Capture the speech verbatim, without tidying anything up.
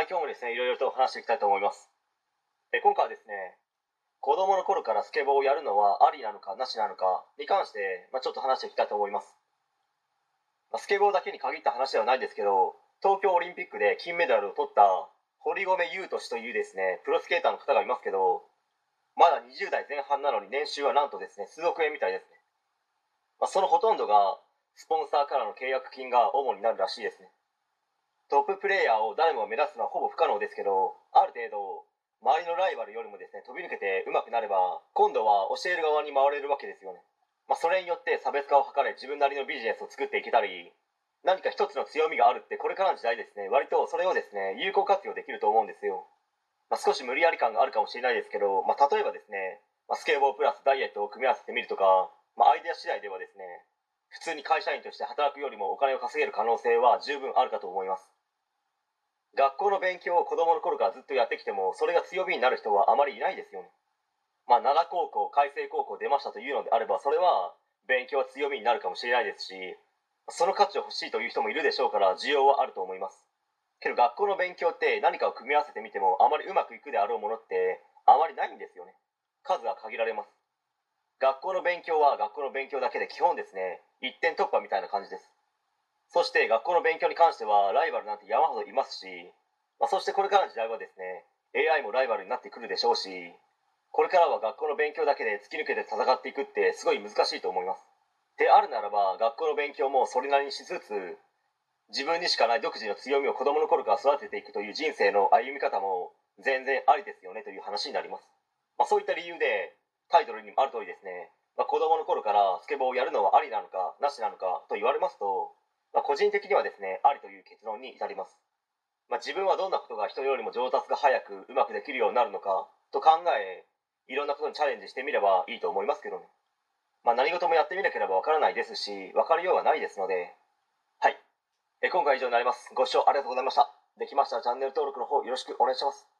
、今日もですね、いろいろと話していきたいと思います。え今回はですね、子供の頃からスケボーをやるのはありなのかなしなのかに関して、まあ、ちょっと話していきたいと思います。まあ、スケボーだけに限った話ではないですけど、東京オリンピックで金メダルを取った堀米雄斗氏というですね、プロスケーターの方がいますけど、まだにじゅう代前半なのに年収はなんとですね、数億円みたいですね。まあ、そのほとんどがスポンサーからの契約金が主になるらしいですね。トッププレイヤーを誰もが目指すのはほぼ不可能ですけど、ある程度周りのライバルよりもですね飛び抜けて上手くなれば、今度は教える側に回れるわけですよね。まあ、それによって差別化を図れ、自分なりのビジネスを作っていけたり、何か一つの強みがあるって、これからの時代ですね、割とそれをですね有効活用できると思うんですよ。まあ、少し無理やり感があるかもしれないですけど、まあ、例えばですね、まあ、スケボープラスダイエットを組み合わせてみるとか、まあ、アイデア次第ではですね、普通に会社員として働くよりもお金を稼げる可能性は十分あるかと思います。学校の勉強を子供の頃からずっとやってきても、それが強みになる人はあまりいないですよね。まあ、奈良高校開成高校出ましたというのであれば、それは勉強は強みになるかもしれないですし、その価値を欲しいという人もいるでしょうから、需要はあると思います。けど学校の勉強って何かを組み合わせてみてもあまりうまくいくであろうものってあまりないんですよね。数は限られます。学校の勉強は学校の勉強だけで基本ですね、一点突破みたいな感じです。そして学校の勉強に関してはライバルなんて山ほどいますし、まあ、そしてこれからの時代はですね、 エーアイ もライバルになってくるでしょうし、これからは学校の勉強だけで突き抜けて戦っていくってすごい難しいと思います。であるならば、学校の勉強もそれなりにしつつ、自分にしかない独自の強みを子供の頃から育てていくという人生の歩み方も全然ありですよねという話になります。まあ、そういった理由でタイトルにもある通りですね、まあ、子供の頃からスケボーをやるのはありなのかなしなのかと言われますと、まあ、個人的にはですね、ありという結論に至ります。まあ、自分はどんなことが人よりも上達が早くうまくできるようになるのかと考え、いろんなことにチャレンジしてみればいいと思いますけどね。まあ、何事もやってみなければわからないですし、わかるようがないですので、はい。え今回は以上になります。ご視聴ありがとうございました。できましたらチャンネル登録の方よろしくお願いします。